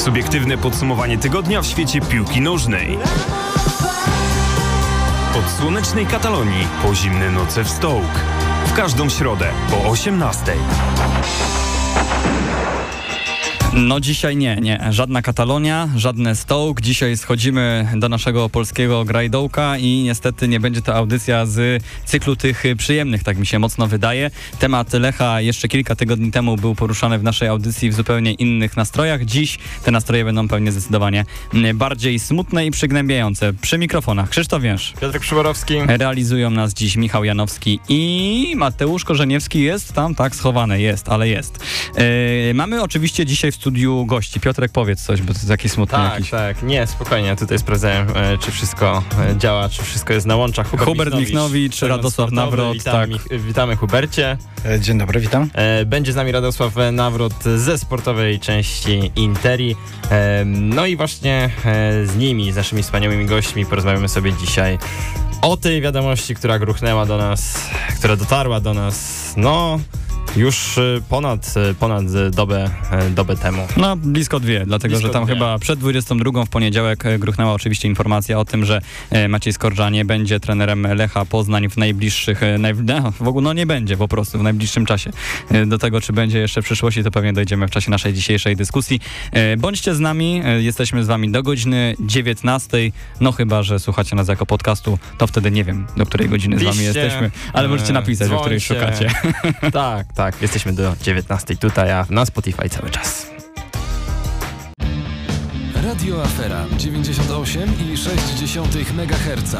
Subiektywne podsumowanie tygodnia w świecie piłki nożnej. Od słonecznej Katalonii po zimne noce w Stoke. W każdą środę po 18:00. No dzisiaj nie. Żadna Katalonia, żadne Stoke. Dzisiaj schodzimy do naszego polskiego grajdołka i niestety nie będzie to audycja z cyklu tych przyjemnych, tak mi się mocno wydaje. Temat Lecha jeszcze kilka tygodni temu był poruszany w naszej audycji w zupełnie innych nastrojach. Dziś te nastroje będą pewnie zdecydowanie bardziej smutne i przygnębiające. Przy mikrofonach Krzysztof Więż, Piotrek Przyborowski. Realizują nas dziś Michał Janowski i Mateusz Korzeniewski. Jest tam, tak, schowany jest, ale jest. Mamy oczywiście dzisiaj w studiu gości. Piotrek, powiedz coś, bo to jest jakiś smutny jakiś. Tak. Nie, spokojnie. Tutaj sprawdzałem, czy wszystko działa, czy wszystko jest na łączach. Hubert Michnowicz, Radosław Nawrot. Witamy Hubercie. Dzień dobry, witam. Będzie z nami Radosław Nawrot ze sportowej części Interi. No i właśnie z nimi, z naszymi wspaniałymi gośćmi porozmawiamy sobie dzisiaj o tej wiadomości, która gruchnęła do nas, która dotarła do nas, już ponad dobę temu. No, blisko dwie, dlatego że tam chyba przed 22 w poniedziałek gruchnęła oczywiście informacja o tym, że Maciej Skorża nie będzie trenerem Lecha Poznań w najbliższych, w ogóle nie będzie po prostu w najbliższym czasie. Do tego, czy będzie jeszcze w przyszłości, to pewnie dojdziemy w czasie naszej dzisiejszej dyskusji. Bądźcie z nami, jesteśmy z wami do godziny 19, no chyba, że słuchacie nas jako podcastu, to wtedy nie wiem, do której godziny z wami jesteśmy, ale możecie napisać, o której szukacie. Tak, jesteśmy do 19 tutaj, a na Spotify cały czas. Radio Afera 98,6 MHz.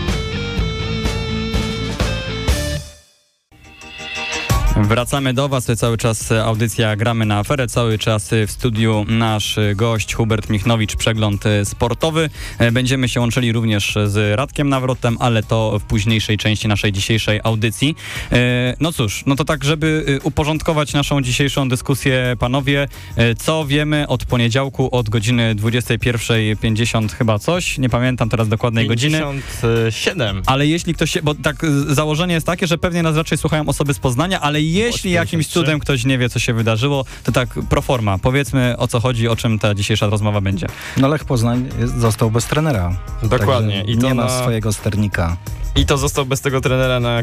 Wracamy do was, to cały czas audycja Gramy na Aferę, cały czas w studiu nasz gość Hubert Michnowicz, przegląd sportowy. Będziemy się łączyli również z Radkiem Nawrotem, ale to w późniejszej części naszej dzisiejszej audycji. No cóż, no to tak, żeby uporządkować naszą dzisiejszą dyskusję, panowie, co wiemy od poniedziałku od godziny 21:50 chyba coś, nie pamiętam teraz dokładnej 57. Ale jeśli ktoś się, bo tak założenie jest takie, że pewnie nas raczej słuchają osoby z Poznania, ale jeśli jakimś cudem ktoś nie wie, co się wydarzyło, to tak pro forma. Powiedzmy, o co chodzi, o czym ta dzisiejsza rozmowa będzie. No Lech Poznań został bez trenera. Dokładnie. I to nie ma swojego sternika. I to został bez tego trenera na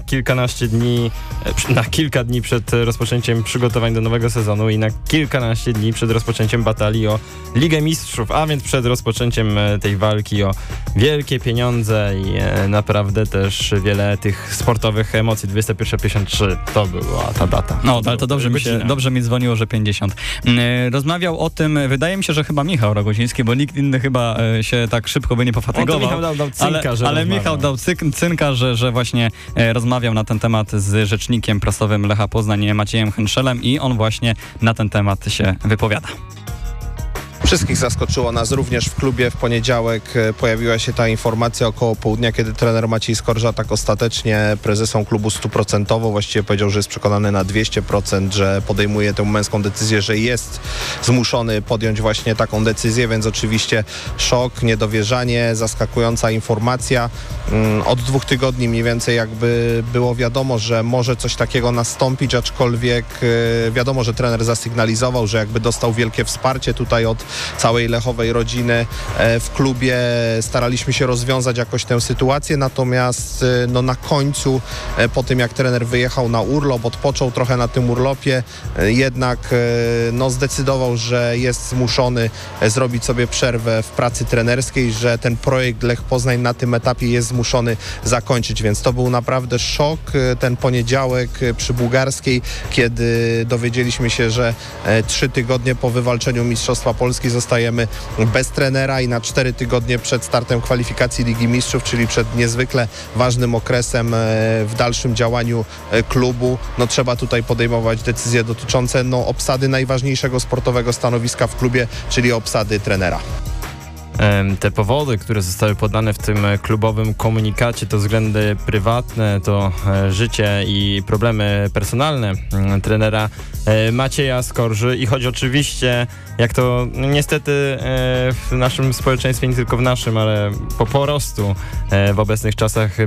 kilka dni przed rozpoczęciem przygotowań do nowego sezonu i na kilkanaście dni przed rozpoczęciem batalii o Ligę Mistrzów, a więc przed rozpoczęciem tej walki o wielkie pieniądze i naprawdę też wiele tych sportowych emocji. 21:53 to była ta data. No, ale to dobrze mi dzwoniło, że 50. Rozmawiał o tym, wydaje mi się, że chyba Michał Rogoziński, bo nikt inny chyba się tak szybko by nie pofatygował. Michał dał cynka, ale Michał dał cynka, że właśnie rozmawiał na ten temat z rzecznikiem prasowym Lecha Poznań Maciejem Hęszelem i on właśnie na ten temat się wypowiada. Wszystkich zaskoczyło nas również w klubie. W poniedziałek pojawiła się ta informacja około południa, kiedy trener Maciej Skorża tak ostatecznie prezesą klubu 100%, właściwie powiedział, że jest przekonany na 200%, że podejmuje tę męską decyzję, że jest zmuszony podjąć właśnie taką decyzję, więc oczywiście szok, niedowierzanie, zaskakująca informacja. Od 2 tygodni mniej więcej jakby było wiadomo, że może coś takiego nastąpić, aczkolwiek wiadomo, że trener zasygnalizował, że jakby dostał wielkie wsparcie tutaj od całej lechowej rodziny w klubie. Staraliśmy się rozwiązać jakoś tę sytuację, natomiast na końcu, po tym jak trener wyjechał na urlop, odpoczął trochę na tym urlopie, jednak zdecydował, że jest zmuszony zrobić sobie przerwę w pracy trenerskiej, że ten projekt Lech Poznań na tym etapie jest zmuszony zakończyć, więc to był naprawdę szok. Ten poniedziałek przy Bułgarskiej, kiedy dowiedzieliśmy się, że 3 tygodnie po wywalczeniu Mistrzostwa Polski zostajemy bez trenera i na 4 tygodnie przed startem kwalifikacji Ligi Mistrzów, czyli przed niezwykle ważnym okresem w dalszym działaniu klubu, trzeba tutaj podejmować decyzje dotyczące obsady najważniejszego sportowego stanowiska w klubie, czyli obsady trenera. te powody, które zostały podane w tym klubowym komunikacie, to względy prywatne, to życie i problemy personalne trenera Macieja Skorży i choć oczywiście, jak to niestety w naszym społeczeństwie, nie tylko w naszym, ale po prostu w obecnych czasach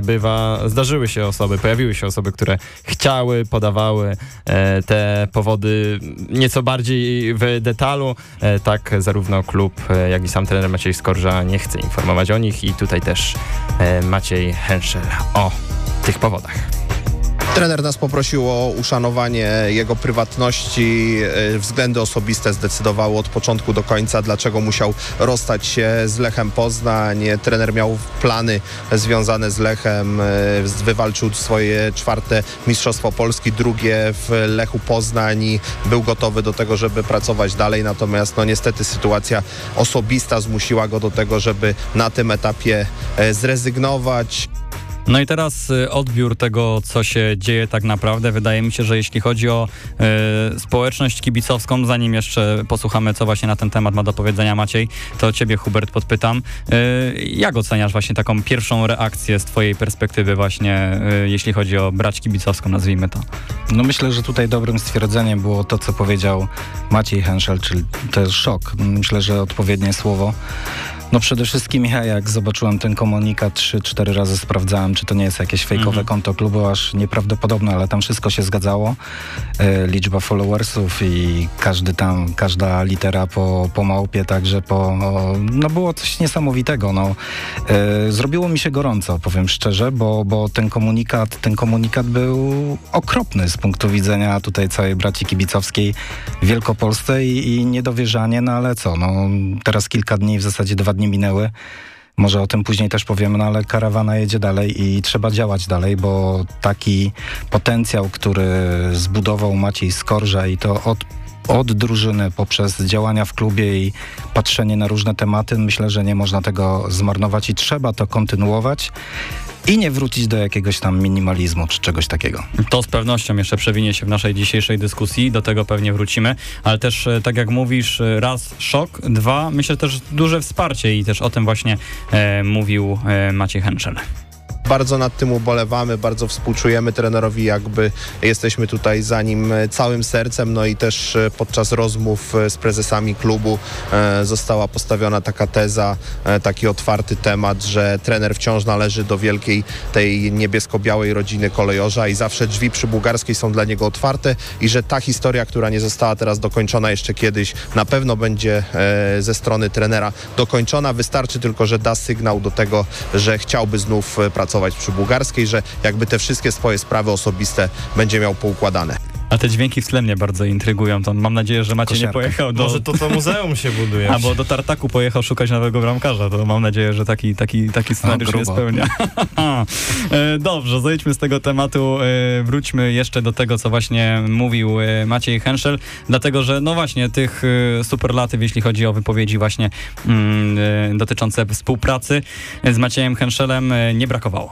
pojawiły się osoby, które chciały, podawały te powody nieco bardziej w detalu, tak zarówno klub, jak i sam trener Maciej Skorża nie chce informować o nich i tutaj też Maciej Henszel o tych powodach. Trener nas poprosił o uszanowanie jego prywatności. Względy osobiste zdecydowały od początku do końca, dlaczego musiał rozstać się z Lechem Poznań. Trener miał plany związane z Lechem. Wywalczył swoje 4. Mistrzostwo Polski, 2. w Lechu Poznań i był gotowy do tego, żeby pracować dalej. Natomiast niestety sytuacja osobista zmusiła go do tego, żeby na tym etapie zrezygnować. No i teraz odbiór tego, co się dzieje tak naprawdę. Wydaje mi się, że jeśli chodzi o społeczność kibicowską, zanim jeszcze posłuchamy, co właśnie na ten temat ma do powiedzenia Maciej, to ciebie, Hubert, podpytam. Jak oceniasz właśnie taką pierwszą reakcję z twojej perspektywy właśnie, jeśli chodzi o brać kibicowską, nazwijmy to? No myślę, że tutaj dobrym stwierdzeniem było to, co powiedział Maciej Henszel, czyli to jest szok. Myślę, że odpowiednie słowo. No przede wszystkim ja, jak zobaczyłem ten komunikat, 3-4 razy sprawdzałem, czy to nie jest jakieś fejkowe konto klubu, aż nieprawdopodobne, ale tam wszystko się zgadzało. Liczba followersów i każda litera po małpie, także no było coś niesamowitego. Zrobiło mi się gorąco, powiem szczerze, bo ten komunikat był okropny z punktu widzenia tutaj całej braci kibicowskiej w Wielkopolsce i niedowierzanie, no ale co, teraz kilka dni, w zasadzie 2 dni minęły. Może o tym później też powiemy, ale karawana jedzie dalej i trzeba działać dalej, bo taki potencjał, który zbudował Maciej Skorża i to od drużyny poprzez działania w klubie i patrzenie na różne tematy, myślę, że nie można tego zmarnować i trzeba to kontynuować. I nie wrócić do jakiegoś tam minimalizmu czy czegoś takiego. To z pewnością jeszcze przewinie się w naszej dzisiejszej dyskusji, do tego pewnie wrócimy, ale też tak jak mówisz, raz szok, 2 myślę też duże wsparcie i też o tym właśnie mówił Maciej Henszel. Bardzo nad tym ubolewamy, bardzo współczujemy trenerowi, jakby jesteśmy tutaj za nim całym sercem, no i też podczas rozmów z prezesami klubu została postawiona taka teza, taki otwarty temat, że trener wciąż należy do wielkiej tej niebiesko-białej rodziny kolejorza i zawsze drzwi przy Bułgarskiej są dla niego otwarte i że ta historia, która nie została teraz dokończona jeszcze kiedyś, na pewno będzie ze strony trenera dokończona. Wystarczy tylko, że da sygnał do tego, że chciałby znów pracować przy Bułgarskiej, że jakby te wszystkie swoje sprawy osobiste będzie miał poukładane. A te dźwięki w tle mnie bardzo intrygują. To mam nadzieję, że Maciej nie pojechał do... Może to muzeum się buduje. Albo do Tartaku pojechał szukać nowego bramkarza. To mam nadzieję, że taki scenariusz się spełnia. Dobrze, zejdźmy z tego tematu. Wróćmy jeszcze do tego, co właśnie mówił Maciej Henszel, dlatego, że no właśnie tych superlatyw, jeśli chodzi o wypowiedzi właśnie dotyczące współpracy z Maciejem Henszelem, nie brakowało.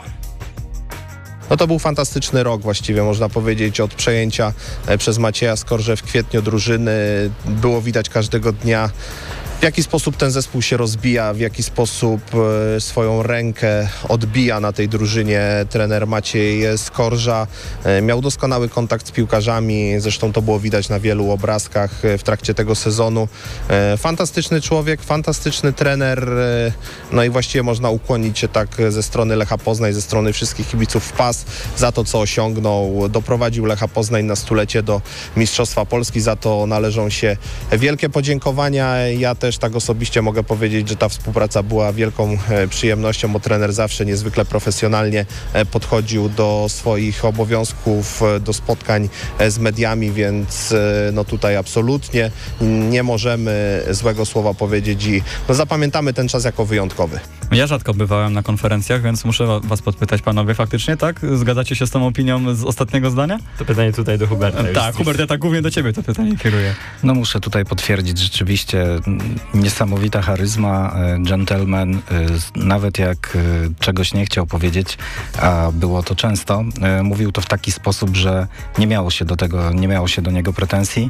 No to był fantastyczny rok właściwie, można powiedzieć, od przejęcia przez Macieja Skorżę w kwietniu drużyny. Było widać każdego dnia, w jaki sposób ten zespół się rozbija, w jaki sposób swoją rękę odbija na tej drużynie trener Maciej Skorża. Miał doskonały kontakt z piłkarzami, zresztą to było widać na wielu obrazkach w trakcie tego sezonu. Fantastyczny człowiek, fantastyczny trener, no i właściwie można ukłonić się tak ze strony Lecha Poznań, ze strony wszystkich kibiców w pas za to, co osiągnął. Doprowadził Lecha Poznań na 100-lecie do Mistrzostwa Polski, za to należą się wielkie podziękowania. Ja też tak osobiście mogę powiedzieć, że ta współpraca była wielką przyjemnością, bo trener zawsze niezwykle profesjonalnie podchodził do swoich obowiązków, do spotkań z mediami, więc no tutaj absolutnie nie możemy złego słowa powiedzieć i no zapamiętamy ten czas jako wyjątkowy. Ja rzadko bywałem na konferencjach, więc muszę was podpytać, panowie, faktycznie, tak? Zgadzacie się z tą opinią z ostatniego zdania? To pytanie tutaj do Huberta. Tak, Hubert, ja tak głównie do ciebie to pytanie kieruję. No muszę tutaj potwierdzić, rzeczywiście niesamowita charyzma, gentleman, nawet jak czegoś nie chciał powiedzieć, a było to często, mówił to w taki sposób, że nie miało się do niego pretensji.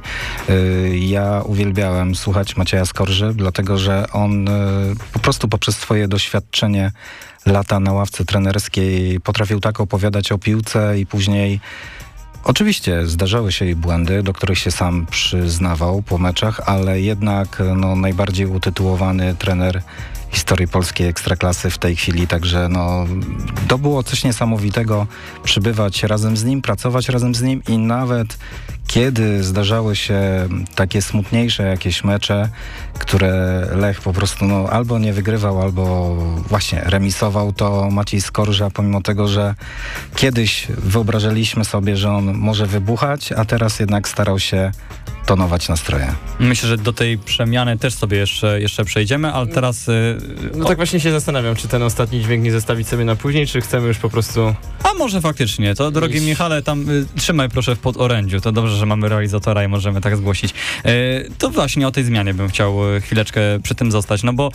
Ja uwielbiałem słuchać Macieja Skorży, dlatego że on po prostu poprzez swoje doświadczenie lata na ławce trenerskiej potrafił tak opowiadać o piłce i później oczywiście zdarzały się jej błędy, do których się sam przyznawał po meczach, ale jednak najbardziej utytułowany trener historii polskiej ekstraklasy w tej chwili, także to było coś niesamowitego przybywać razem z nim, pracować razem z nim i nawet kiedy zdarzały się takie smutniejsze jakieś mecze, które Lech po prostu albo nie wygrywał, albo właśnie remisował, to Maciej Skorża, pomimo tego, że kiedyś wyobrażaliśmy sobie, że on może wybuchać, a teraz jednak starał się tonować nastroje. Myślę, że do tej przemiany też sobie jeszcze przejdziemy, ale teraz... tak właśnie się zastanawiam, czy ten ostatni dźwięk nie zostawić sobie na później, czy chcemy już po prostu... A może faktycznie, to drogi Michale, tam trzymaj proszę w podorędziu, to dobrze, że mamy realizatora i możemy tak zgłosić. To właśnie o tej zmianie bym chciał chwileczkę przy tym zostać, bo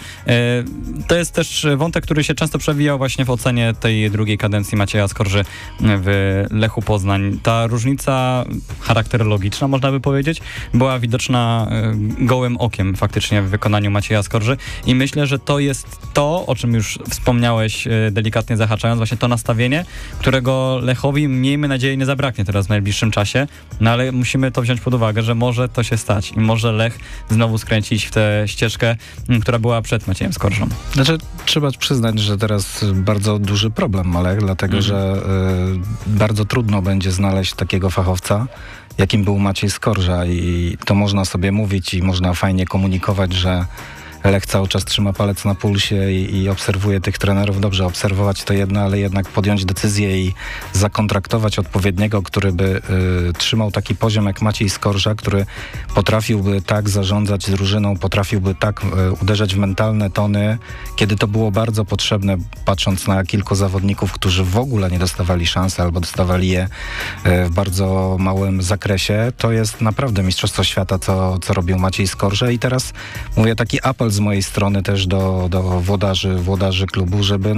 to jest też wątek, który się często przewijał właśnie w ocenie tej drugiej kadencji Macieja Skorży w Lechu Poznań. Ta różnica charakterologiczna, można by powiedzieć, była widoczna gołym okiem faktycznie w wykonaniu Macieja Skorży i myślę, że to jest to, o czym już wspomniałeś, delikatnie zahaczając, właśnie to nastawienie, którego Lechowi, miejmy nadzieję, nie zabraknie teraz w najbliższym czasie, ale musimy to wziąć pod uwagę, że może to się stać i może Lech znowu skręcić w tę ścieżkę, która była przed Maciejem Skorżą. Znaczy, trzeba przyznać, że teraz bardzo duży problem ma Lech, dlatego że bardzo trudno będzie znaleźć takiego fachowca, jakim był Maciej Skorża i to można sobie mówić i można fajnie komunikować, że Lech cały czas trzyma palec na pulsie i obserwuje tych trenerów. Dobrze, obserwować to jedno, ale jednak podjąć decyzję i zakontraktować odpowiedniego, który by trzymał taki poziom jak Maciej Skorża, który potrafiłby tak zarządzać drużyną, potrafiłby tak uderzać w mentalne tony, kiedy to było bardzo potrzebne, patrząc na kilku zawodników, którzy w ogóle nie dostawali szansy albo dostawali je w bardzo małym zakresie. To jest naprawdę mistrzostwo świata, co robił Maciej Skorża i teraz mówię taki apel z mojej strony też do włodarzy klubu, żeby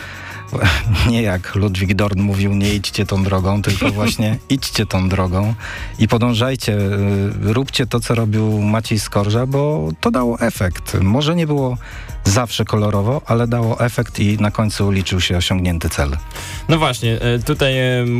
nie jak Ludwik Dorn mówił, nie idźcie tą drogą, tylko właśnie idźcie tą drogą i podążajcie, róbcie to, co robił Maciej Skorża, bo to dało efekt. Może nie było zawsze kolorowo, ale dało efekt i na końcu liczył się osiągnięty cel. No właśnie, tutaj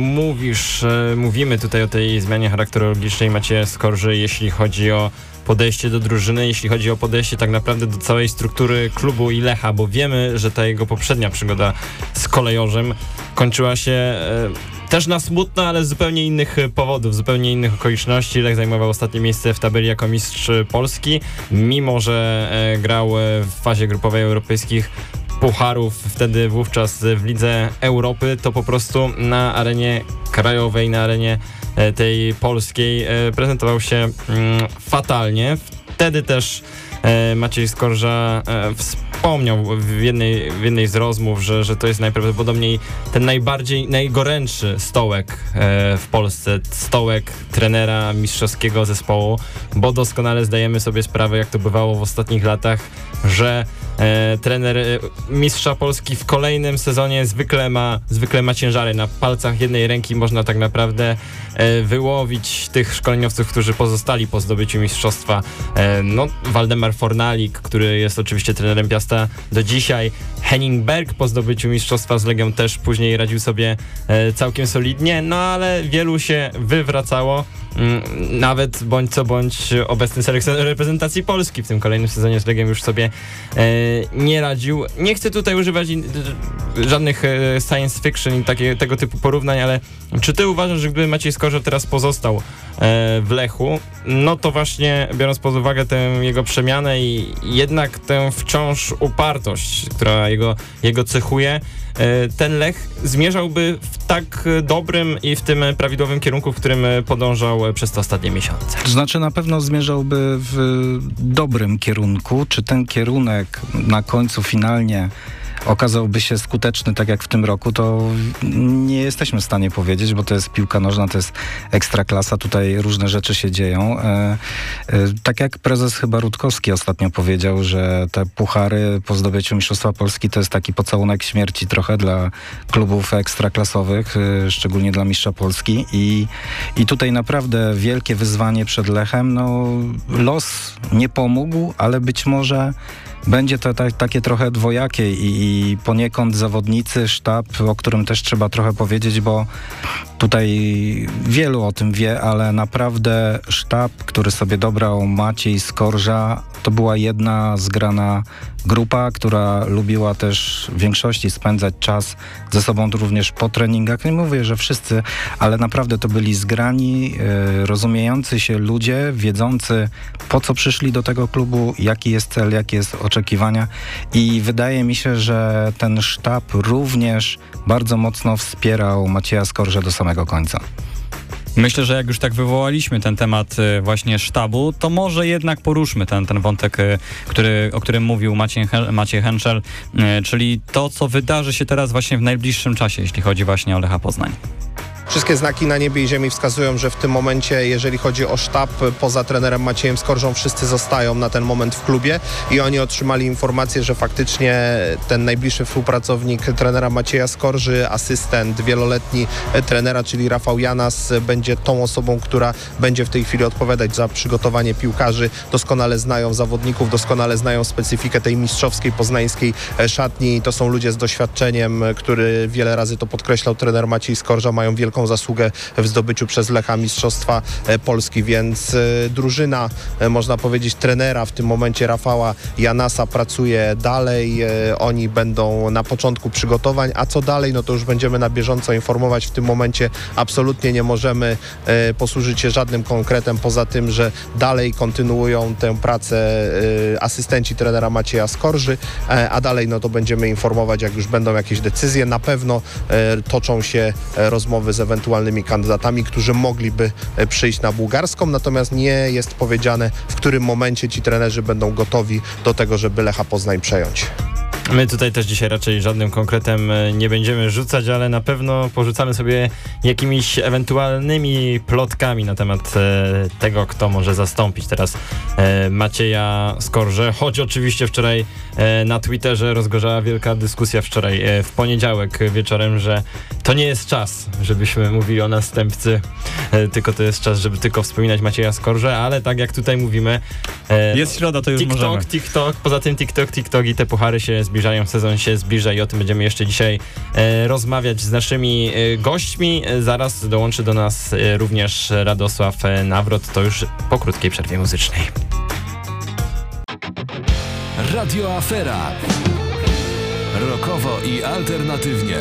mówimy tutaj o tej zmianie charakterologicznej Macieja Skorży, jeśli chodzi o podejście do drużyny, jeśli chodzi o podejście tak naprawdę do całej struktury klubu i Lecha, bo wiemy, że ta jego poprzednia przygoda z Kolejorzem kończyła się też na smutno, ale z zupełnie innych powodów, zupełnie innych okoliczności. Lech zajmował ostatnie miejsce w tabeli jako mistrz Polski, mimo że grał w fazie grupowej europejskich pucharów, wtedy wówczas w Lidze Europy, to po prostu na arenie krajowej, na arenie tej polskiej prezentował się fatalnie. Wtedy też Maciej Skorża wspomniał w jednej z rozmów, że to jest najprawdopodobniej ten najgorętszy stołek w Polsce, stołek trenera mistrzowskiego zespołu, bo doskonale zdajemy sobie sprawę, jak to bywało w ostatnich latach, że trener mistrza Polski w kolejnym sezonie zwykle ma ciężary. Na palcach jednej ręki można tak naprawdę wyłowić tych szkoleniowców, którzy pozostali po zdobyciu mistrzostwa. Waldemar Fornalik, który jest oczywiście trenerem Piasta do dzisiaj. Henning Berg po zdobyciu mistrzostwa z Legią też później radził sobie całkiem solidnie, ale wielu się wywracało. Nawet bądź co bądź obecny selekcjoner reprezentacji Polski w tym kolejnym sezonie z Legiem już sobie nie radził. Nie chcę tutaj używać żadnych science fiction i tego typu porównań, ale czy ty uważasz, że gdyby Maciej Skorża teraz pozostał w Lechu, to właśnie biorąc pod uwagę tę jego przemianę i jednak tę wciąż upartość, która jego cechuje, ten Lech zmierzałby w tak dobrym i w tym prawidłowym kierunku, w którym podążał przez te ostatnie miesiące? To znaczy na pewno zmierzałby w dobrym kierunku. Czy ten kierunek na końcu finalnie okazałby się skuteczny tak jak w tym roku, to nie jesteśmy w stanie powiedzieć, bo to jest piłka nożna, to jest ekstraklasa, tutaj różne rzeczy się dzieją. Tak jak prezes chyba Rutkowski ostatnio powiedział, że te puchary po zdobyciu Mistrzostwa Polski to jest taki pocałunek śmierci trochę dla klubów ekstraklasowych, szczególnie dla Mistrza Polski i tutaj naprawdę wielkie wyzwanie przed Lechem. No, los nie pomógł, ale być może będzie to takie trochę dwojakie i poniekąd zawodnicy, sztab, o którym też trzeba trochę powiedzieć, bo tutaj wielu o tym wie, ale naprawdę sztab, który sobie dobrał Maciej Skorża, to była jedna zgrana grupa, która lubiła też w większości spędzać czas ze sobą również po treningach. Nie mówię, że wszyscy, ale naprawdę to byli zgrani, rozumiejący się ludzie, wiedzący po co przyszli do tego klubu, jaki jest cel, jakie jest oczekiwania i wydaje mi się, że ten sztab również bardzo mocno wspierał Macieja Skorżę do samego końca. Myślę, że jak już tak wywołaliśmy ten temat właśnie sztabu, to może jednak poruszmy ten wątek, o którym mówił Maciej Henschel, czyli to, co wydarzy się teraz właśnie w najbliższym czasie, jeśli chodzi właśnie o Lecha Poznań. Wszystkie znaki na niebie i ziemi wskazują, że w tym momencie, jeżeli chodzi o sztab, poza trenerem Maciejem Skorżą, wszyscy zostają na ten moment w klubie i oni otrzymali informację, że faktycznie ten najbliższy współpracownik trenera Macieja Skorży, asystent wieloletni trenera, czyli Rafał Janas, będzie tą osobą, która będzie w tej chwili odpowiadać za przygotowanie piłkarzy. Doskonale znają zawodników, doskonale znają specyfikę tej mistrzowskiej poznańskiej szatni. To są ludzie z doświadczeniem, który wiele razy to podkreślał trener Maciej Skorża, mają wielką zasługę w zdobyciu przez Lecha Mistrzostwa Polski, więc drużyna, można powiedzieć, trenera w tym momencie Rafała Janasa pracuje dalej. Oni będą na początku przygotowań, a co dalej, no to już będziemy na bieżąco informować. W tym momencie absolutnie nie możemy posłużyć się żadnym konkretem, poza tym, że dalej kontynuują tę pracę asystenci trenera Macieja Skorży, a dalej no to będziemy informować, jak już będą jakieś decyzje. Na pewno toczą się rozmowy z ewentualnymi kandydatami, którzy mogliby przyjść na bułgarską, natomiast nie jest powiedziane, w którym momencie ci trenerzy będą gotowi do tego, żeby Lecha Poznań przejąć. My tutaj też dzisiaj raczej żadnym konkretem nie będziemy rzucać, ale na pewno porzucamy sobie jakimiś ewentualnymi plotkami na temat tego, kto może zastąpić teraz Macieja Skorżę, choć oczywiście wczoraj na Twitterze rozgorzała wielka dyskusja wczoraj w poniedziałek wieczorem, że to nie jest czas, żebyśmy mówili o następcy, tylko to jest czas, żeby tylko wspominać Macieja Skorżę, ale tak jak tutaj mówimy, jest środa, to już możemy. TikTok, poza tym TikTok i te puchary się zbliżają, sezon się zbliża i o tym będziemy jeszcze dzisiaj rozmawiać z naszymi gośćmi. Zaraz dołączy do nas również Radosław Nawrot, to już po krótkiej przerwie muzycznej. Radio Afera. Rockowo i alternatywnie.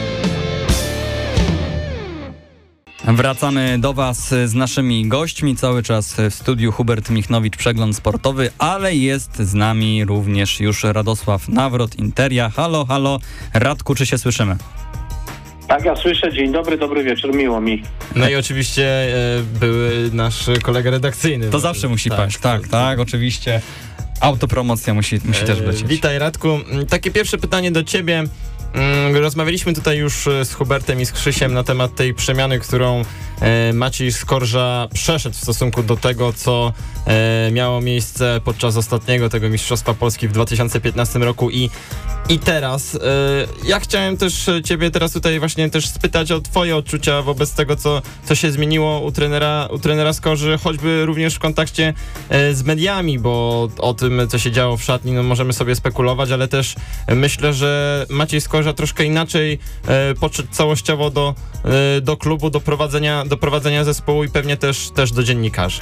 Wracamy do Was z naszymi gośćmi. Cały czas w studiu Hubert Michnowicz, Przegląd Sportowy, ale jest z nami również już Radosław Nawrot, Interia. Halo, halo. Radku, czy się słyszymy? Tak, ja słyszę. Dzień dobry, dobry wieczór, miło mi. No i oczywiście były nasz kolega redakcyjny. To zawsze musi paść. Tak, oczywiście. Autopromocja musi też lecieć. Witaj, Radku. Takie pierwsze pytanie do Ciebie. Rozmawialiśmy tutaj już z Hubertem i z Krzysiem na temat tej przemiany, którą Maciej Skorża przeszedł w stosunku do tego, co miało miejsce podczas ostatniego tego Mistrzostwa Polski w 2015 roku i teraz. Ja chciałem też Ciebie teraz tutaj właśnie też spytać o Twoje odczucia wobec tego, co się zmieniło u trenera Skorzy, choćby również w kontakcie z mediami, bo o tym, co się działo w szatni, no możemy sobie spekulować, ale też myślę, że Maciej Skorża troszkę inaczej podszedł całościowo do klubu, do prowadzenia zespołu i pewnie też do dziennikarzy.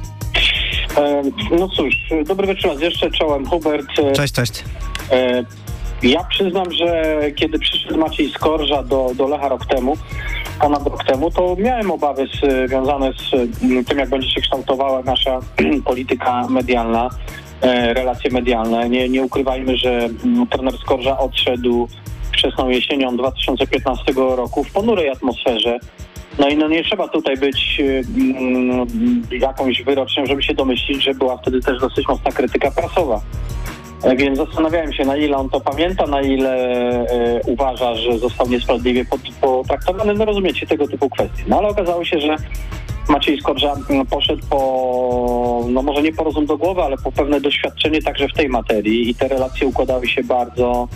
No cóż, dobry wieczór raz jeszcze, czołem Hubert. Cześć. Ja przyznam, że kiedy przyszedł Maciej Skorża do Lecha ponad rok temu, to miałem obawy związane z tym, jak będzie się kształtowała nasza polityka medialna, relacje medialne. Nie ukrywajmy, że trener Skorża odszedł wczesną jesienią 2015 roku w ponurej atmosferze. No i nie trzeba tutaj być jakąś wyrocznią, żeby się domyślić, że była wtedy też dosyć mocna krytyka prasowa. Więc zastanawiałem się, na ile on to pamięta, na ile uważa, że został niesprawiedliwie potraktowany. No rozumiecie, tego typu kwestie. No ale okazało się, że Maciej Skorża poszedł po, no może nie po rozum do głowy, ale po pewne doświadczenie także w tej materii i te relacje układały się bardzo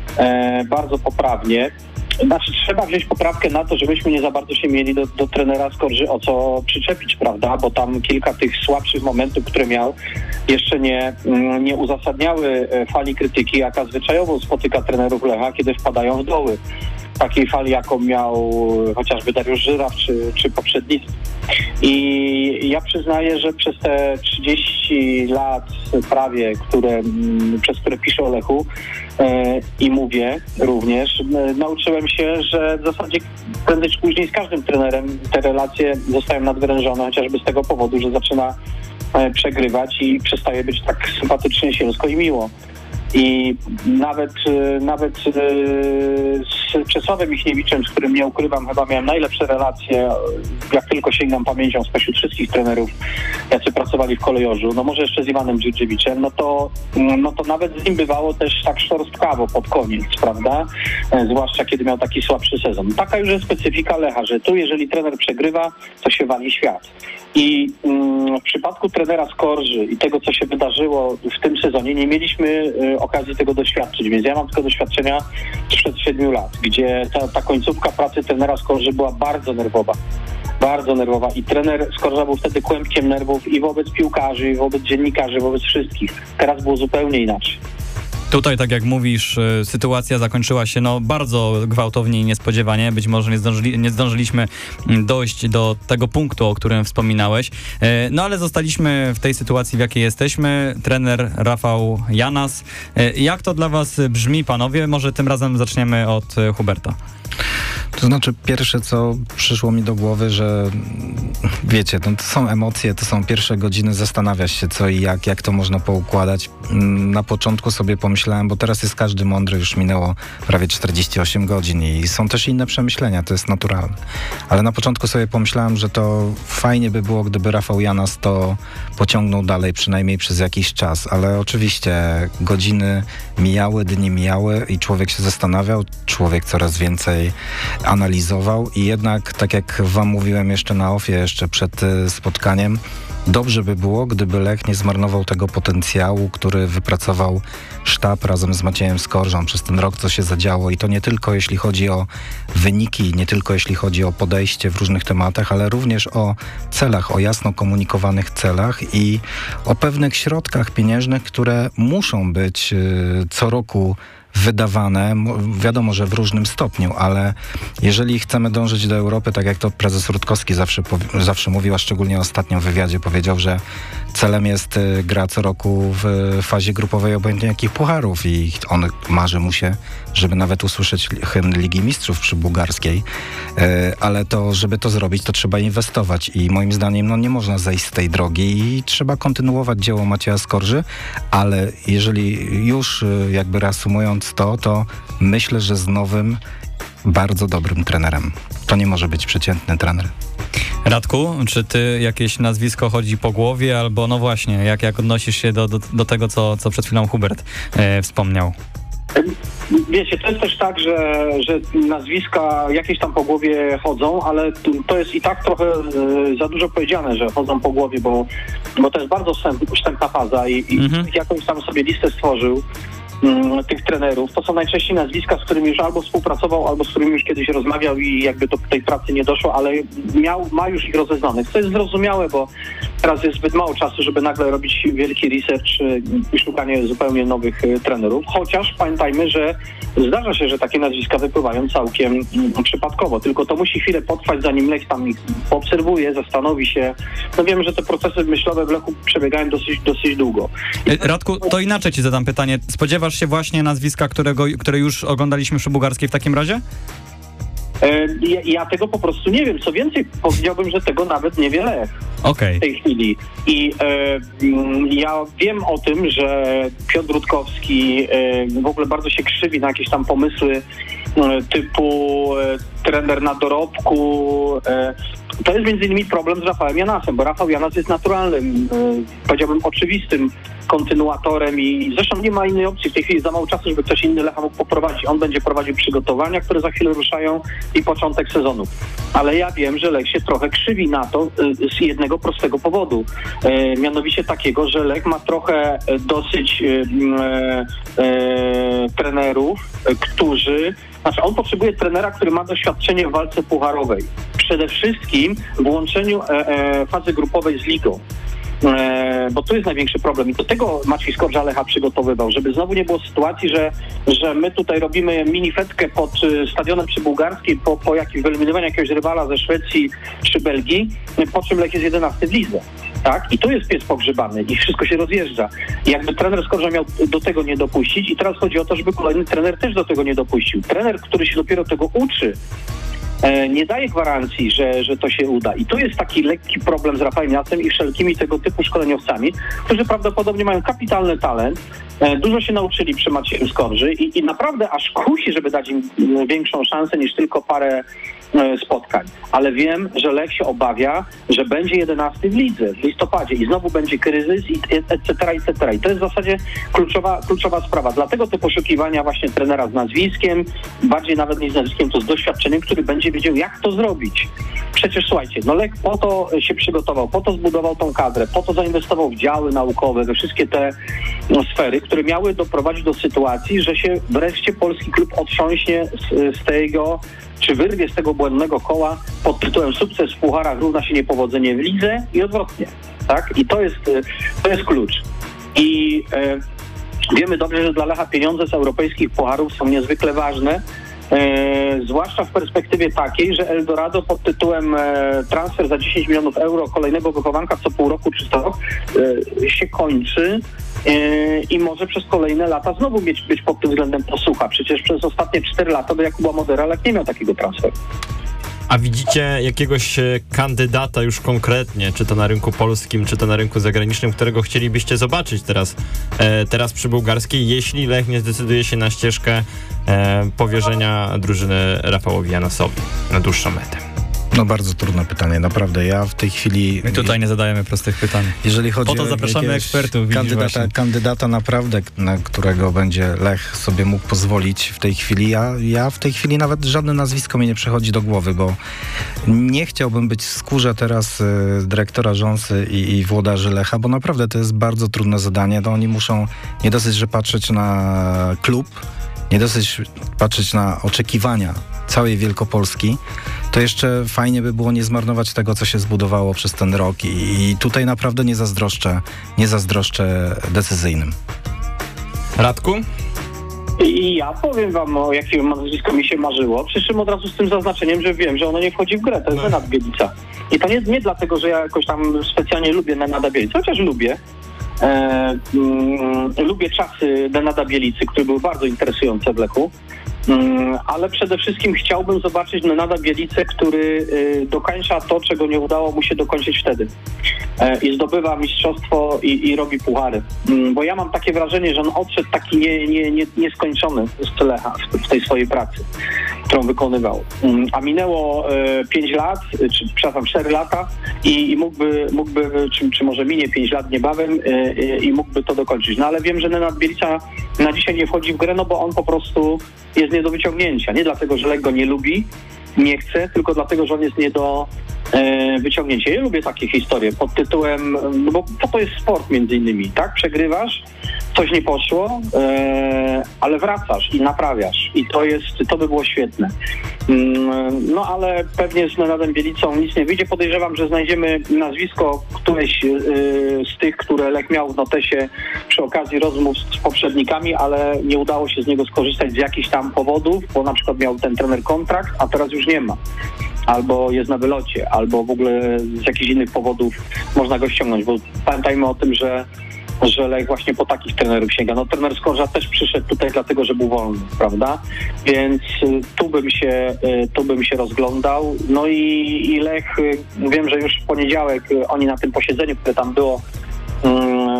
poprawnie. Znaczy trzeba wziąć poprawkę na to, żebyśmy nie za bardzo się mieli do trenera Skorży o co przyczepić, prawda? Bo tam kilka tych słabszych momentów, które miał, jeszcze nie uzasadniały fali krytyki, jaka zwyczajowo spotyka trenerów Lecha, kiedy wpadają w doły. Takiej fali, jaką miał chociażby Dariusz Żyraw czy poprzednicy. I ja przyznaję, że przez te 30 lat prawie, przez które piszę o Lechu i mówię również, nauczyłem się, że w zasadzie prędzej czy później z każdym trenerem te relacje zostają nadwyrężone, chociażby z tego powodu, że zaczyna przegrywać i przestaje być tak sympatycznie, sielsko i miło. I nawet z Czesławem Michniewiczem, z którym nie ukrywam, chyba miałem najlepsze relacje, jak tylko sięgam pamięcią spośród wszystkich trenerów, jacy pracowali w Kolejorzu, no może jeszcze z Iwanem Dżurdżewiczem, no to nawet z nim bywało też tak szorstkawo pod koniec, prawda? Zwłaszcza kiedy miał taki słabszy sezon. Taka już jest specyfika Lecha, że tu jeżeli trener przegrywa, to się wali świat. I w przypadku trenera Skorży i tego, co się wydarzyło w tym sezonie, nie mieliśmy okazji tego doświadczyć, więc ja mam tylko doświadczenia sprzed 7 lat, gdzie ta końcówka pracy trenera Skorży była bardzo nerwowa i trener Skorża był wtedy kłębkiem nerwów i wobec piłkarzy, i wobec dziennikarzy, wobec wszystkich. Teraz było zupełnie inaczej. Tutaj, tak jak mówisz, sytuacja zakończyła się bardzo gwałtownie i niespodziewanie. Być może nie zdążyliśmy dojść do tego punktu, o którym wspominałeś. No ale zostaliśmy w tej sytuacji, w jakiej jesteśmy. Trener Rafał Janas. Jak to dla was brzmi, panowie? Może tym razem zaczniemy od Huberta. To znaczy pierwsze, co przyszło mi do głowy, że wiecie, to są emocje, to są pierwsze godziny, zastanawiasz się co i jak to można poukładać. Na początku sobie pomyślałem, bo teraz jest każdy mądry, już minęło prawie 48 godzin i są też inne przemyślenia, to jest naturalne. Ale na początku sobie pomyślałem, że to fajnie by było, gdyby Rafał Janas to pociągnął dalej, przynajmniej przez jakiś czas, ale oczywiście godziny mijały, dni mijały i człowiek się zastanawiał, człowiek coraz więcej analizował i jednak, tak jak wam mówiłem jeszcze na offie, jeszcze przed spotkaniem, dobrze by było, gdyby Lech nie zmarnował tego potencjału, który wypracował sztab razem z Maciejem Skorżą przez ten rok, co się zadziało i to nie tylko jeśli chodzi o wyniki, nie tylko jeśli chodzi o podejście w różnych tematach, ale również o celach, o jasno komunikowanych celach i o pewnych środkach pieniężnych, które muszą być co roku wydawane, wiadomo, że w różnym stopniu, ale jeżeli chcemy dążyć do Europy, tak jak to prezes Rutkowski zawsze mówił, a szczególnie ostatnio w wywiadzie powiedział, że celem jest gra co roku w fazie grupowej obojętnie pucharów i on marzy mu się, żeby nawet usłyszeć hymn Ligi Mistrzów przy bułgarskiej, ale to, żeby to zrobić, to trzeba inwestować i moim zdaniem nie można zejść z tej drogi i trzeba kontynuować dzieło Macieja Skorży, ale jeżeli już jakby reasumując to myślę, że z nowym, bardzo dobrym trenerem. To nie może być przeciętny trener. Radku, czy ty jakieś nazwisko chodzi po głowie, albo no właśnie, jak odnosisz się do tego, co przed chwilą Hubert wspomniał? Wiecie, to jest też tak, że nazwiska jakieś tam po głowie chodzą, ale to jest i tak trochę za dużo powiedziane, że chodzą po głowie, bo to jest bardzo wstępna faza i jakąś tam sobie listę stworzył tych trenerów. To są najczęściej nazwiska, z którymi już albo współpracował, albo z którymi już kiedyś rozmawiał i jakby do tej pracy nie doszło, ale ma już ich rozeznanych. To jest zrozumiałe, bo teraz jest zbyt mało czasu, żeby nagle robić wielki research i szukanie zupełnie nowych trenerów. Chociaż pamiętajmy, że zdarza się, że takie nazwiska wypływają całkiem przypadkowo. Tylko to musi chwilę potrwać, zanim Lech tam ich poobserwuje, zastanowi się. No wiemy, że te procesy myślowe w Lechu przebiegają dosyć długo. Radku, to inaczej ci zadam pytanie. Spodziewasz się właśnie nazwiska, które już oglądaliśmy przy bułgarskiej w takim razie? Ja tego po prostu nie wiem. Co więcej, powiedziałbym, że tego nawet nie wie Lech w tej chwili. I ja wiem o tym, że Piotr Rutkowski w ogóle bardzo się krzywi na jakieś tam pomysły typu trener na dorobku. To jest między innymi problem z Rafałem Janasem, bo Rafał Janas jest naturalnym, powiedziałbym oczywistym kontynuatorem i zresztą nie ma innej opcji. W tej chwili za mało czasu, żeby ktoś inny Lecha mógł poprowadzić. On będzie prowadził przygotowania, które za chwilę ruszają i początek sezonu. Ale ja wiem, że Lech się trochę krzywi na to z jednego prostego powodu. Mianowicie takiego, że Lech ma trochę dosyć trenerów, którzy... Znaczy on potrzebuje trenera, który ma doświadczenie w walce pucharowej. Przede wszystkim w łączeniu fazy grupowej z ligą. Bo tu jest największy problem i do tego Maciej Skorża Lecha przygotowywał, żeby znowu nie było sytuacji, że my tutaj robimy minifetkę pod stadionem przy Bułgarskiej po jakimś wyeliminowaniu jakiegoś rywala ze Szwecji czy Belgii, po czym Lech jest 11 w lidze. Tak? I tu jest pies pogrzebany i wszystko się rozjeżdża. I jakby trener Skorża miał do tego nie dopuścić i teraz chodzi o to, żeby kolejny trener też do tego nie dopuścił. Trener, który się dopiero tego uczy, nie daje gwarancji, że to się uda. I tu jest taki lekki problem z Rafałem Janasem i wszelkimi tego typu szkoleniowcami, którzy prawdopodobnie mają kapitalny talent, dużo się nauczyli przy Macieju Skorży i naprawdę aż kusi, żeby dać im większą szansę niż tylko parę spotkań. Ale wiem, że Lech się obawia, że będzie 11 w lidze w listopadzie i znowu będzie kryzys etc., etc. I to jest w zasadzie kluczowa sprawa. Dlatego te poszukiwania właśnie trenera z nazwiskiem, bardziej nawet nie z nazwiskiem, to z doświadczeniem, który będzie wiedział, jak to zrobić. Przecież słuchajcie, no Lech po to się przygotował, po to zbudował tą kadrę, po to zainwestował w działy naukowe, we wszystkie te sfery, które miały doprowadzić do sytuacji, że się wreszcie polski klub otrząśnie z tego, czy wyrwie z tego błędnego koła pod tytułem sukces w pucharach równa się niepowodzenie w lidze i odwrotnie. Tak? I to jest klucz. I wiemy dobrze, że dla Lecha pieniądze z europejskich pucharów są niezwykle ważne, zwłaszcza w perspektywie takiej, że Eldorado pod tytułem transfer za 10 milionów euro kolejnego wychowanka co pół roku czy co rok się kończy i może przez kolejne lata znowu być pod tym względem posłucha. Przecież przez ostatnie 4 lata do Jakuba Modera Lech nie miał takiego transferu. A widzicie jakiegoś kandydata już konkretnie, czy to na rynku polskim, czy to na rynku zagranicznym, którego chcielibyście zobaczyć teraz przy Bułgarskiej, jeśli Lech nie zdecyduje się na ścieżkę powierzenia drużyny Rafałowi Janasowi na dłuższą metę? No bardzo trudne pytanie, naprawdę. Ja w tej chwili... My tutaj nie zadajemy prostych pytań. Jeżeli chodzi po to zapraszamy ekspertów. Kandydata naprawdę, na którego będzie Lech sobie mógł pozwolić w tej chwili. Ja w tej chwili nawet żadne nazwisko mi nie przychodzi do głowy, bo nie chciałbym być w skórze teraz dyrektora Rząsy i włodarzy Lecha, bo naprawdę to jest bardzo trudne zadanie. To oni muszą nie dosyć, że patrzeć na klub, nie dosyć patrzeć na oczekiwania całej Wielkopolski, to jeszcze fajnie by było nie zmarnować tego, co się zbudowało przez ten rok i tutaj naprawdę nie zazdroszczę decyzyjnym. Radku? I ja powiem wam, o jakim nazwisko mi się marzyło, przy czym od razu z tym zaznaczeniem, że wiem, że ono nie wchodzi w grę, to jest Nenad Bielica. I to nie dlatego, że ja jakoś tam specjalnie lubię Nenada Bielica, chociaż lubię. Lubię czasy Nenada Bielicy, który był bardzo interesujący w Lechu, ale przede wszystkim chciałbym zobaczyć Nenada Bielicę, który dokończa to, czego nie udało mu się dokończyć wtedy i zdobywa mistrzostwo i robi puchary. Bo ja mam takie wrażenie, że on odszedł taki nieskończony z Lecha w tej swojej pracy, którą wykonywał. A minęło 5 lat, przepraszam, 4 lata i mógłby czy może minie 5 lat niebawem i mógłby to dokończyć. No ale wiem, że Nenad Bielica na dzisiaj nie wchodzi w grę, no bo on po prostu jest nie do wyciągnięcia. Nie dlatego, że Lech go nie lubi, nie chce, tylko dlatego, że on jest nie do wyciągnięcia. Ja lubię takie historie pod tytułem, no bo to jest sport między innymi, tak? Przegrywasz, coś nie poszło, ale wracasz i naprawiasz. I to by było świetne. No ale pewnie z Nenadem Bielicą nic nie wyjdzie. Podejrzewam, że znajdziemy nazwisko któreś z tych, które Lech miał w notesie przy okazji rozmów z poprzednikami, ale nie udało się z niego skorzystać z jakichś tam powodów, bo na przykład miał ten trener kontrakt, a teraz już nie ma. Albo jest na wylocie, albo w ogóle z jakichś innych powodów można go ściągnąć, bo pamiętajmy o tym, że Lech właśnie po takich trenerów sięga. No trener Skorża też przyszedł tutaj dlatego, że był wolny, prawda? Więc tu bym się rozglądał. No i Lech, wiem, że już w poniedziałek oni na tym posiedzeniu, które tam było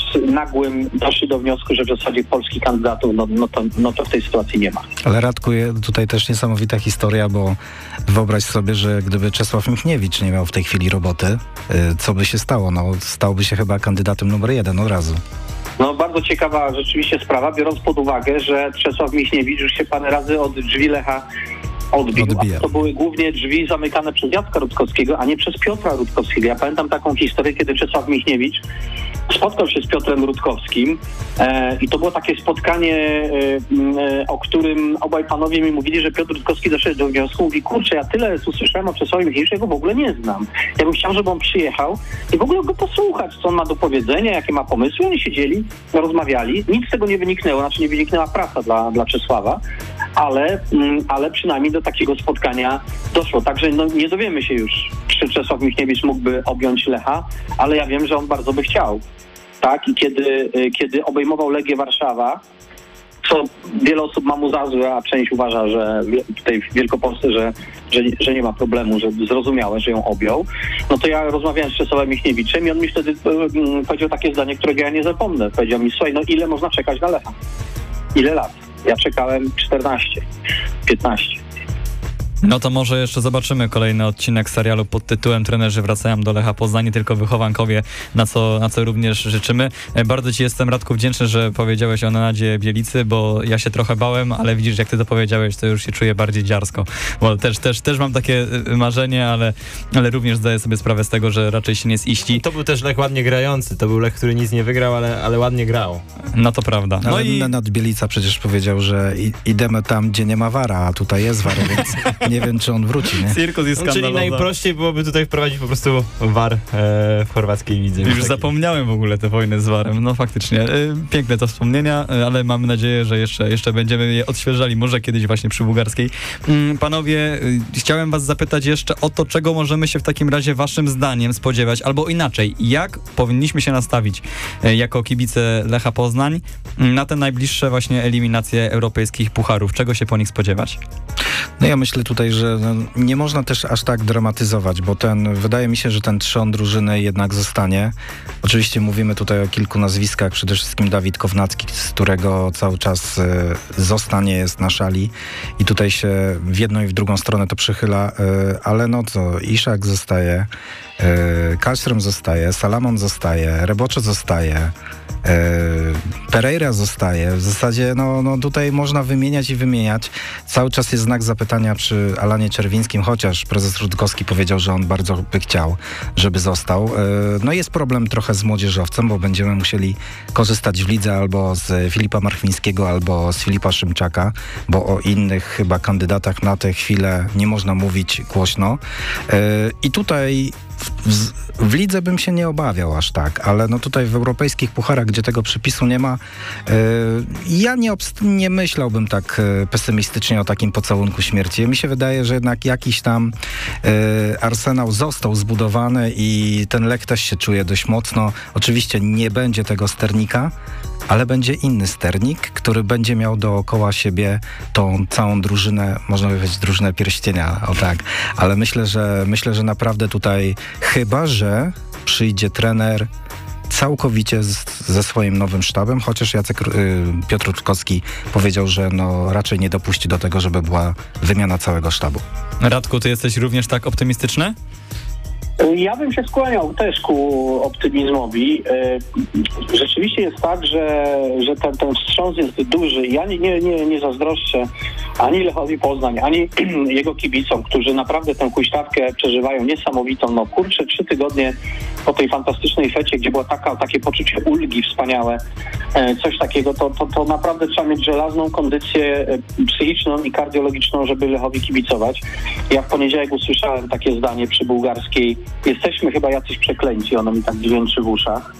nagłym doszli do wniosku, że w zasadzie polskich kandydatów, no to w tej sytuacji nie ma. Ale Radku, tutaj też niesamowita historia, bo wyobraź sobie, że gdyby Czesław Michniewicz nie miał w tej chwili roboty, co by się stało? No, stałby się chyba kandydatem numer 1 od razu. No bardzo ciekawa rzeczywiście sprawa, biorąc pod uwagę, że Czesław Michniewicz już się parę razy od drzwi Lecha odbił. A to były głównie drzwi zamykane przez Jacka Rutkowskiego, a nie przez Piotra Rutkowskiego. Ja pamiętam taką historię, kiedy Czesław Michniewicz spotkał się z Piotrem Rutkowskim i to było takie spotkanie, o którym obaj panowie mi mówili, że Piotr Rutkowski doszedł do wniosku, mówi, kurczę, ja tyle usłyszałem o Czesławie Michniewiczu, ja go w ogóle nie znam. Ja bym chciał, żeby on przyjechał i w ogóle go posłuchać, co on ma do powiedzenia, jakie ma pomysły. Oni siedzieli, rozmawiali, nic z tego nie wyniknęło, znaczy nie wyniknęła praca dla Czesława, ale przynajmniej do takiego spotkania doszło. Także no, nie dowiemy się już, czy Czesław Michniewicz mógłby objąć Lecha, ale ja wiem, że on bardzo by chciał. Tak? I kiedy obejmował Legię Warszawa, co wiele osób ma mu za złe, a część uważa, że tutaj w Wielkopolsce, że nie ma problemu, że zrozumiałe, że ją objął, no to ja rozmawiałem z Czesławem Michniewiczem i on mi wtedy powiedział takie zdanie, którego ja nie zapomnę. Powiedział mi, słuchaj, no ile można czekać na Lecha? Ile lat? Ja czekałem 14, 15. No to może jeszcze zobaczymy kolejny odcinek serialu pod tytułem Trenerzy wracają do Lecha Poznań, nie tylko wychowankowie, na co również życzymy. Bardzo ci jestem, Radku, wdzięczny, że powiedziałeś o Nenadzie Bielicy, bo ja się trochę bałem, ale widzisz, jak ty to powiedziałeś, to już się czuję bardziej dziarsko, bo też mam takie marzenie, ale również zdaję sobie sprawę z tego, że raczej się nie ziści. To był też Lech ładnie grający, to był Lech, który nic nie wygrał, ale ładnie grał. No to prawda. No i Nenad Bielica przecież powiedział, że idziemy tam, gdzie nie ma wara, a tutaj jest war, więc nie wiem, czy on wróci, nie? Cirkus jest skandalowy. Czyli najprościej byłoby tutaj wprowadzić po prostu war w chorwackiej lidze. Już zapomniałem w ogóle te wojny z warem. No faktycznie, piękne to wspomnienia, ale mamy nadzieję, że jeszcze będziemy je odświeżali, może kiedyś właśnie przy bułgarskiej. Panowie, chciałem was zapytać jeszcze o to, czego możemy się w takim razie waszym zdaniem spodziewać, albo inaczej, jak powinniśmy się nastawić jako kibice Lecha Poznań na te najbliższe właśnie eliminacje europejskich pucharów. Czego się po nich spodziewać? No ja myślę tutaj, że nie można też aż tak dramatyzować, bo wydaje mi się, że ten trzon drużyny jednak zostanie. Oczywiście mówimy tutaj o kilku nazwiskach, przede wszystkim Dawid Kownacki, z którego cały czas zostanie, jest na szali i tutaj się w jedną i w drugą stronę to przychyla, ale no co, Iszak zostaje, Kallström zostaje, Salamon zostaje, Reboczo zostaje, Pereira zostaje. W zasadzie no tutaj można wymieniać i wymieniać. Cały czas jest znak zapytania przy Alanie Czerwińskim, chociaż prezes Rutkowski powiedział, że on bardzo by chciał, żeby został. No jest problem trochę z młodzieżowcem, bo będziemy musieli korzystać w lidze albo z Filipa Marchwińskiego, albo z Filipa Szymczaka, bo o innych chyba kandydatach na tę chwilę nie można mówić głośno. I tutaj w lidze bym się nie obawiał aż tak, ale no tutaj w europejskich pucharach, gdzie tego przepisu nie ma, ja nie myślałbym tak pesymistycznie o takim pocałunku śmierci. Mi się wydaje, że jednak jakiś tam arsenał został zbudowany i ten Lech też się czuje dość mocno. Oczywiście nie będzie tego sternika, ale będzie inny sternik, który będzie miał dookoła siebie tą całą drużynę, można powiedzieć drużynę pierścienia, o tak. Ale myślę, że naprawdę tutaj, chyba że przyjdzie trener całkowicie ze swoim nowym sztabem, chociaż Piotr Rutkowski powiedział, że no raczej nie dopuści do tego, żeby była wymiana całego sztabu. Radku, ty jesteś również tak optymistyczny? Ja bym się skłaniał też ku optymizmowi. Rzeczywiście jest tak, że ten wstrząs jest duży. Ja nie zazdroszczę ani Lechowi Poznań, ani jego kibicom, którzy naprawdę tę huśtawkę przeżywają niesamowitą. No kurczę, 3 tygodnie po tej fantastycznej fecie, gdzie było takie poczucie ulgi wspaniałe, coś takiego, to naprawdę trzeba mieć żelazną kondycję psychiczną i kardiologiczną, żeby Lechowi kibicować. Ja w poniedziałek usłyszałem takie zdanie przy bułgarskiej: jesteśmy chyba jacyś przeklęci, ono mi tak dźwięczy w uszach,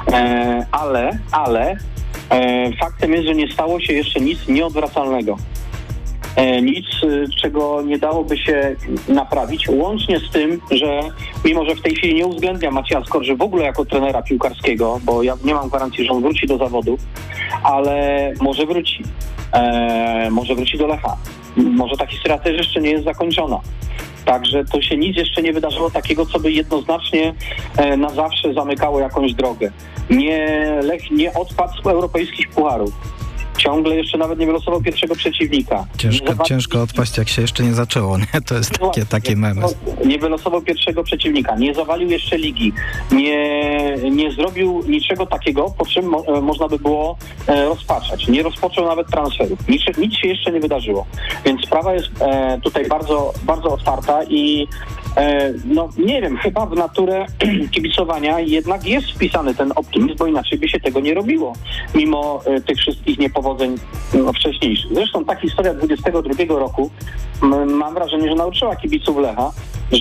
ale faktem jest, że nie stało się jeszcze nic nieodwracalnego. Nic, czego nie dałoby się naprawić, łącznie z tym, że mimo, że w tej chwili nie uwzględniam Macieja Skorży w ogóle jako trenera piłkarskiego, bo ja nie mam gwarancji, że on wróci do zawodu, ale może wróci do Lecha. Może ta historia też jeszcze nie jest zakończona. Także to się nic jeszcze nie wydarzyło takiego, co by jednoznacznie na zawsze zamykało jakąś drogę. Lech nie odpadł z europejskich pucharów. Ciągle jeszcze nawet nie wylosował pierwszego przeciwnika. Ciężko odpaść, jak się jeszcze nie zaczęło, nie? To jest takie memy. Nie wylosował pierwszego przeciwnika, nie zawalił jeszcze ligi, nie zrobił niczego takiego, po czym można by było rozpaczać. Nie rozpoczął nawet transferów. Nic się jeszcze nie wydarzyło. Więc sprawa jest tutaj bardzo, bardzo otwarta i nie wiem, chyba w naturę kibicowania jednak jest wpisany ten optymizm, bo inaczej by się tego nie robiło, mimo tych wszystkich niepowodzeń wcześniejszych. Zresztą ta historia 22 roku, mam wrażenie, że nauczyła kibiców Lecha,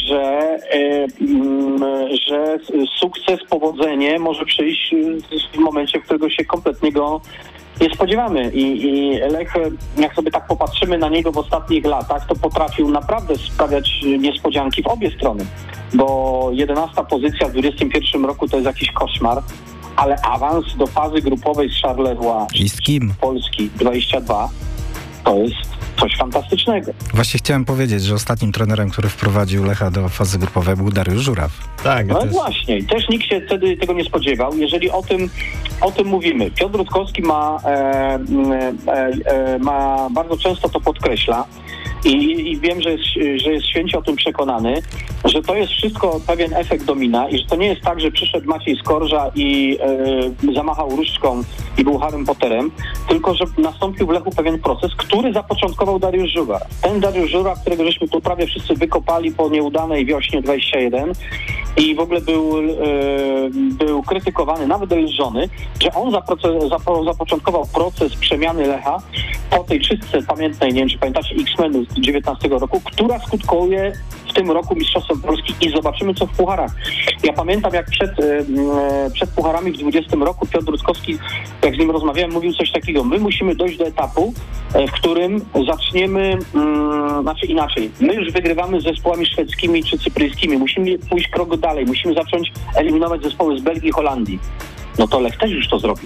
że sukces, powodzenie może przyjść w momencie, w którego się kompletnie go nie spodziewamy. I Lech, jak sobie tak popatrzymy na niego w ostatnich latach, to potrafił naprawdę sprawiać niespodzianki w obie strony. Bo 11. pozycja w 2021 roku to jest jakiś koszmar, ale awans do fazy grupowej z Charleroi i z kim? Polski 22 to jest coś fantastycznego. Właśnie chciałem powiedzieć, że ostatnim trenerem, który wprowadził Lecha do fazy grupowej, był Dariusz Żuraw. Tak, no właśnie. I też nikt się wtedy tego nie spodziewał. Jeżeli o tym mówimy, Piotr Rutkowski ma bardzo często to podkreśla i wiem, że jest święcie o tym przekonany, że to jest wszystko pewien efekt domina i że to nie jest tak, że przyszedł Maciej Skorża i zamachał różdżką i był Harrym Potterem, tylko że nastąpił w Lechu pewien proces, który zapoczątkował Dariusz Żuraw. Ten Dariusz Żuraw, którego żeśmy tu prawie wszyscy wykopali po nieudanej wiośnie 21 i w ogóle był krytykowany, nawet lżony, że on zapoczątkował proces przemiany Lecha po tej czystce pamiętnej, nie wiem czy pamiętacie, X-Menów z 19 roku, która skutkuje w tym roku Mistrzostwem Polski i zobaczymy, co w pucharach. Ja pamiętam, jak przed pucharami w 20 roku Piotr Rutkowski, jak z nim rozmawiałem, mówił coś takiego. My musimy dojść do etapu, w którym zaczniemy, inaczej. My już wygrywamy z zespołami szwedzkimi czy cypryjskimi. Musimy pójść krok dalej. Musimy zacząć eliminować zespoły z Belgii i Holandii. No to Lech też już to zrobił.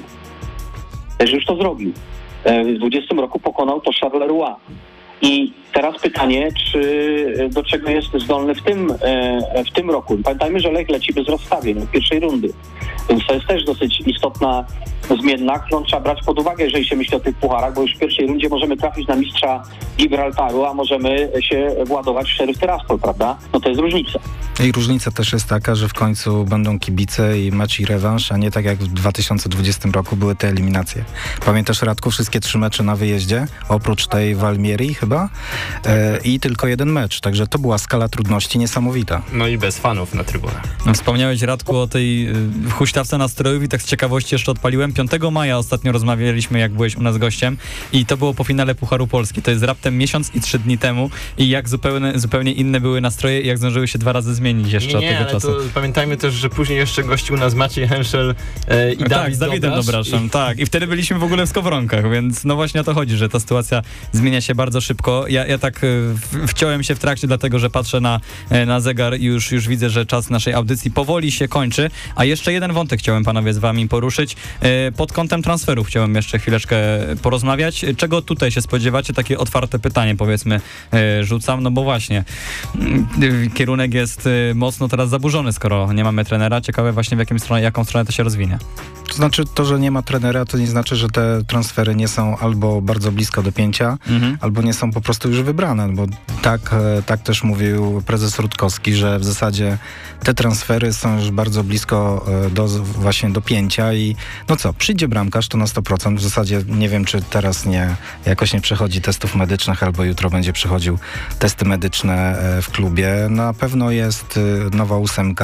W 20 roku pokonał to Charleroi. I teraz pytanie, do czego jest zdolny w tym roku. Pamiętajmy, że Lech leci bez rozstawień pierwszej rundy. Więc to jest też dosyć istotna zmienna, którą trzeba brać pod uwagę, jeżeli się myśli o tych pucharach, bo już w pierwszej rundzie możemy trafić na mistrza Gibraltaru, a możemy się władować w Sheriff Tiraspol, prawda? No to jest różnica. I różnica też jest taka, że w końcu będą kibice i mecz rewanż, a nie tak jak w 2020 roku były te eliminacje. Pamiętasz, Radku, wszystkie 3 mecze na wyjeździe, oprócz tej w Almierii chyba, i tylko 1 mecz, także to była skala trudności niesamowita. No i bez fanów na trybunach. Wspomniałeś, Radku, o tej huśtawce nastrojów i tak z ciekawości jeszcze odpaliłem. 5 maja ostatnio rozmawialiśmy, jak byłeś u nas gościem i to było po finale Pucharu Polski. To jest raptem miesiąc i 3 dni temu i jak zupełnie inne były nastroje i jak zdążyły się 2 razy zmienić jeszcze od tego czasu. To pamiętajmy też, że później jeszcze gościł nas Maciej Henszel i Dawid z Dawidem Dobraszem. Tak, i wtedy byliśmy w ogóle w skowronkach, więc no właśnie o to chodzi, że ta sytuacja zmienia się bardzo szybko. Ja tak wciąłem się w trakcie, dlatego że patrzę na zegar i już widzę, że czas naszej audycji powoli się kończy, a jeszcze jeden wątek chciałem, panowie, z wami poruszyć. Pod kątem transferów chciałem jeszcze chwileczkę porozmawiać. Czego tutaj się spodziewacie? Takie otwarte pytanie, powiedzmy, rzucam, no bo właśnie kierunek jest mocno teraz zaburzony, skoro nie mamy trenera. Ciekawe właśnie jaką stronę to się rozwinie. To znaczy to, że nie ma trenera, to nie znaczy, że te transfery nie są albo bardzo blisko do pięcia, albo nie są po prostu już wybrane, bo tak też mówił prezes Rutkowski, że w zasadzie te transfery są już bardzo blisko właśnie do pięcia i no co, przyjdzie bramkarz, to na 100%. W zasadzie nie wiem, czy teraz jakoś nie przechodzi testów medycznych, albo jutro będzie przechodził testy medyczne w klubie. Na pewno jest nowa 8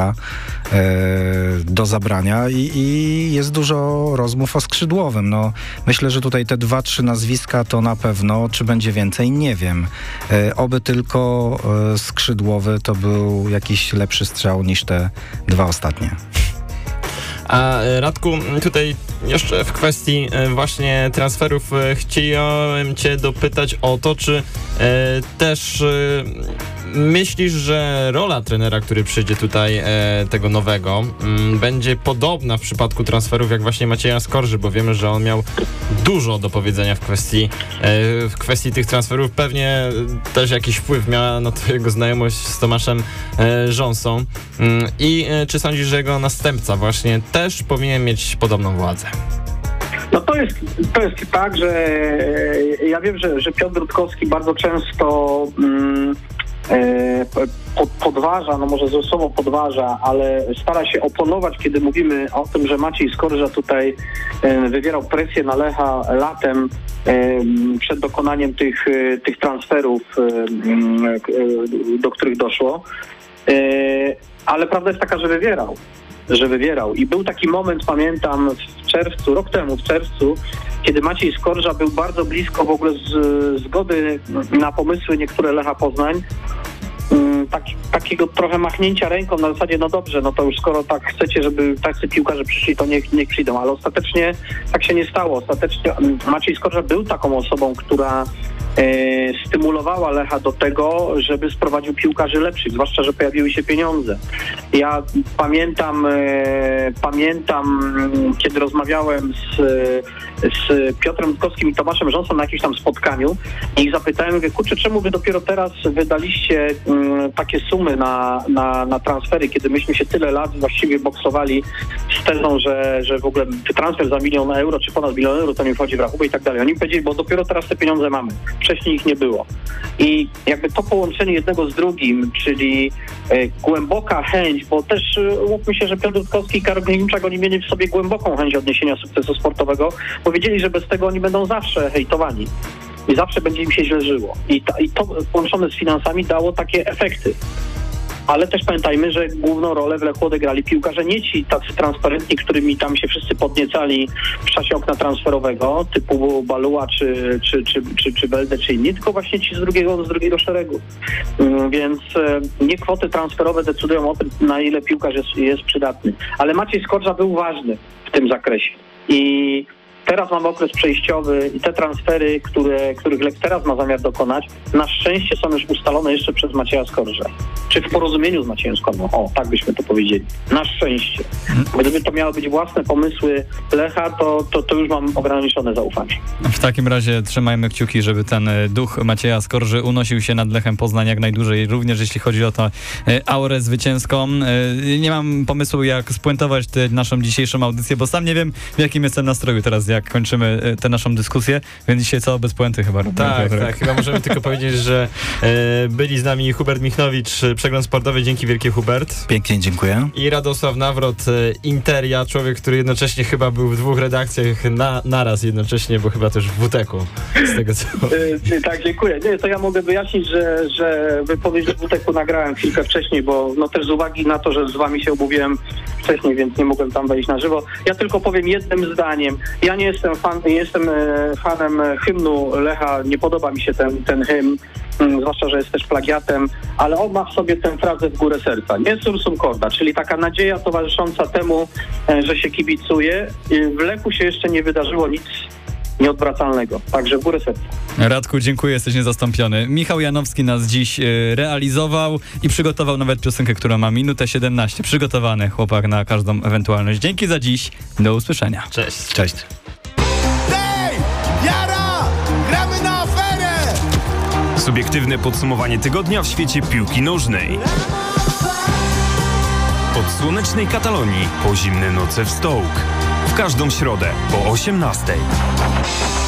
do zabrania i jest dużo rozmów o skrzydłowym. No, myślę, że tutaj te 2-3 nazwiska to na pewno, czy będzie więcej, nie wiem. Oby tylko skrzydłowy to był jakiś lepszy strzał niż te 2 ostatnie. A Radku, tutaj jeszcze w kwestii właśnie transferów chciałem cię dopytać o to, czy też myślisz, że rola trenera, który przyjdzie tutaj, tego nowego, będzie podobna w przypadku transferów jak właśnie Macieja Skorży, bo wiemy, że on miał dużo do powiedzenia w kwestii tych transferów. Pewnie też jakiś wpływ miała na to jego znajomość z Tomaszem Rząsą. I czy sądzisz, że jego następca właśnie też powinien mieć podobną władzę? No to jest tak, że ja wiem, że Piotr Rutkowski bardzo często podważa, no może ze sobą podważa, ale stara się oponować, kiedy mówimy o tym, że Maciej Skorża tutaj wywierał presję na Lecha latem przed dokonaniem tych transferów, do których doszło. Ale prawda jest taka, że wywierał. I był taki moment, pamiętam, rok temu w czerwcu, kiedy Maciej Skorża był bardzo blisko w ogóle zgody na pomysły niektóre Lecha Poznań. Takiego trochę machnięcia ręką na zasadzie, no dobrze, no to już skoro tak chcecie, żeby tacy piłkarze przyszli, to niech przyjdą, ale ostatecznie tak się nie stało. Ostatecznie Maciej Skorża był taką osobą, która stymulowała Lecha do tego, żeby sprowadził piłkarzy lepszych, zwłaszcza, że pojawiły się pieniądze. Ja pamiętam, kiedy rozmawiałem z Piotrem Rutkowskim i Tomaszem Rząsą na jakimś tam spotkaniu i ich zapytałem, mówię, kurczę, czemu wy dopiero teraz wydaliście takie sumy na transfery, kiedy myśmy się tyle lat właściwie boksowali z tezą, że w ogóle transfer za 1 000 000 euro czy ponad 1 000 000 euro to nie wchodzi w rachubę i tak dalej. Oni powiedzieli, bo dopiero teraz te pieniądze mamy. Wcześniej ich nie było. I jakby to połączenie jednego z drugim, czyli głęboka chęć, bo też mówmy się, że Piotr Rutkowski i Karol Glimczak, oni mieli w sobie głęboką chęć odniesienia sukcesu sportowego, bo wiedzieli, że bez tego oni będą zawsze hejtowani. I zawsze będzie im się źle żyło. I to połączone z finansami dało takie efekty. Ale też pamiętajmy, że główną rolę w Lechu odegrali piłkarze nie ci tacy transparentni, którymi tam się wszyscy podniecali w czasie okna transferowego, typu Baluła czy Belde czy inni, tylko właśnie ci z drugiego szeregu. Więc nie kwoty transferowe decydują o tym, na ile piłkarz jest przydatny. Ale Maciej Skorża był ważny w tym zakresie. I teraz mamy okres przejściowy i te transfery, których Lech teraz ma zamiar dokonać, na szczęście są już ustalone jeszcze przez Macieja Skorżę. Czy w porozumieniu z Maciejem Skorżą. O, tak byśmy to powiedzieli. Na szczęście. Gdyby to miały być własne pomysły Lecha, to już mam ograniczone zaufanie. W takim razie trzymajmy kciuki, żeby ten duch Macieja Skorży unosił się nad Lechem Poznań jak najdłużej, również jeśli chodzi o tę aurę zwycięską. Nie mam pomysłu, jak spuentować naszą dzisiejszą audycję, bo sam nie wiem, w jakim jestem nastroju teraz, jak kończymy tę naszą dyskusję, więc dzisiaj co bez puenty chyba. Tak, chyba możemy tylko powiedzieć, że byli z nami Hubert Michnowicz, Przegląd Sportowy. Dzięki wielkie, Hubert. Pięknie, dziękuję. I Radosław Nawrot, Interia, człowiek, który jednocześnie chyba był w 2 redakcjach naraz jednocześnie, bo chyba też w WTEK-u, z tego co... Tak, dziękuję. Nie, to ja mogę wyjaśnić, że wypowiedź w WTEK-u nagrałem chwilkę wcześniej, bo no też z uwagi na to, że z wami się umówiłem wcześniej, więc nie mogłem tam wejść na żywo. Ja tylko powiem jednym zdaniem. Ja nie jestem fanem hymnu Lecha, nie podoba mi się ten hymn, zwłaszcza, że jest też plagiatem, ale on ma w sobie tę frazę w górę serca. Nie sursum corda, czyli taka nadzieja towarzysząca temu, że się kibicuje. W Lechu się jeszcze nie wydarzyło nic nieodwracalnego. Także w górę serca. Radku, dziękuję, jesteś niezastąpiony. Michał Janowski nas dziś realizował i przygotował nawet piosenkę, która ma minutę 17. Przygotowany chłopak na każdą ewentualność. Dzięki za dziś. Do usłyszenia. Cześć. Cześć. Hej! Jara! Gramy na aferę! Subiektywne podsumowanie tygodnia w świecie piłki nożnej. Od słonecznej Katalonii po zimne noce w Stoke. W każdą środę po 18:00.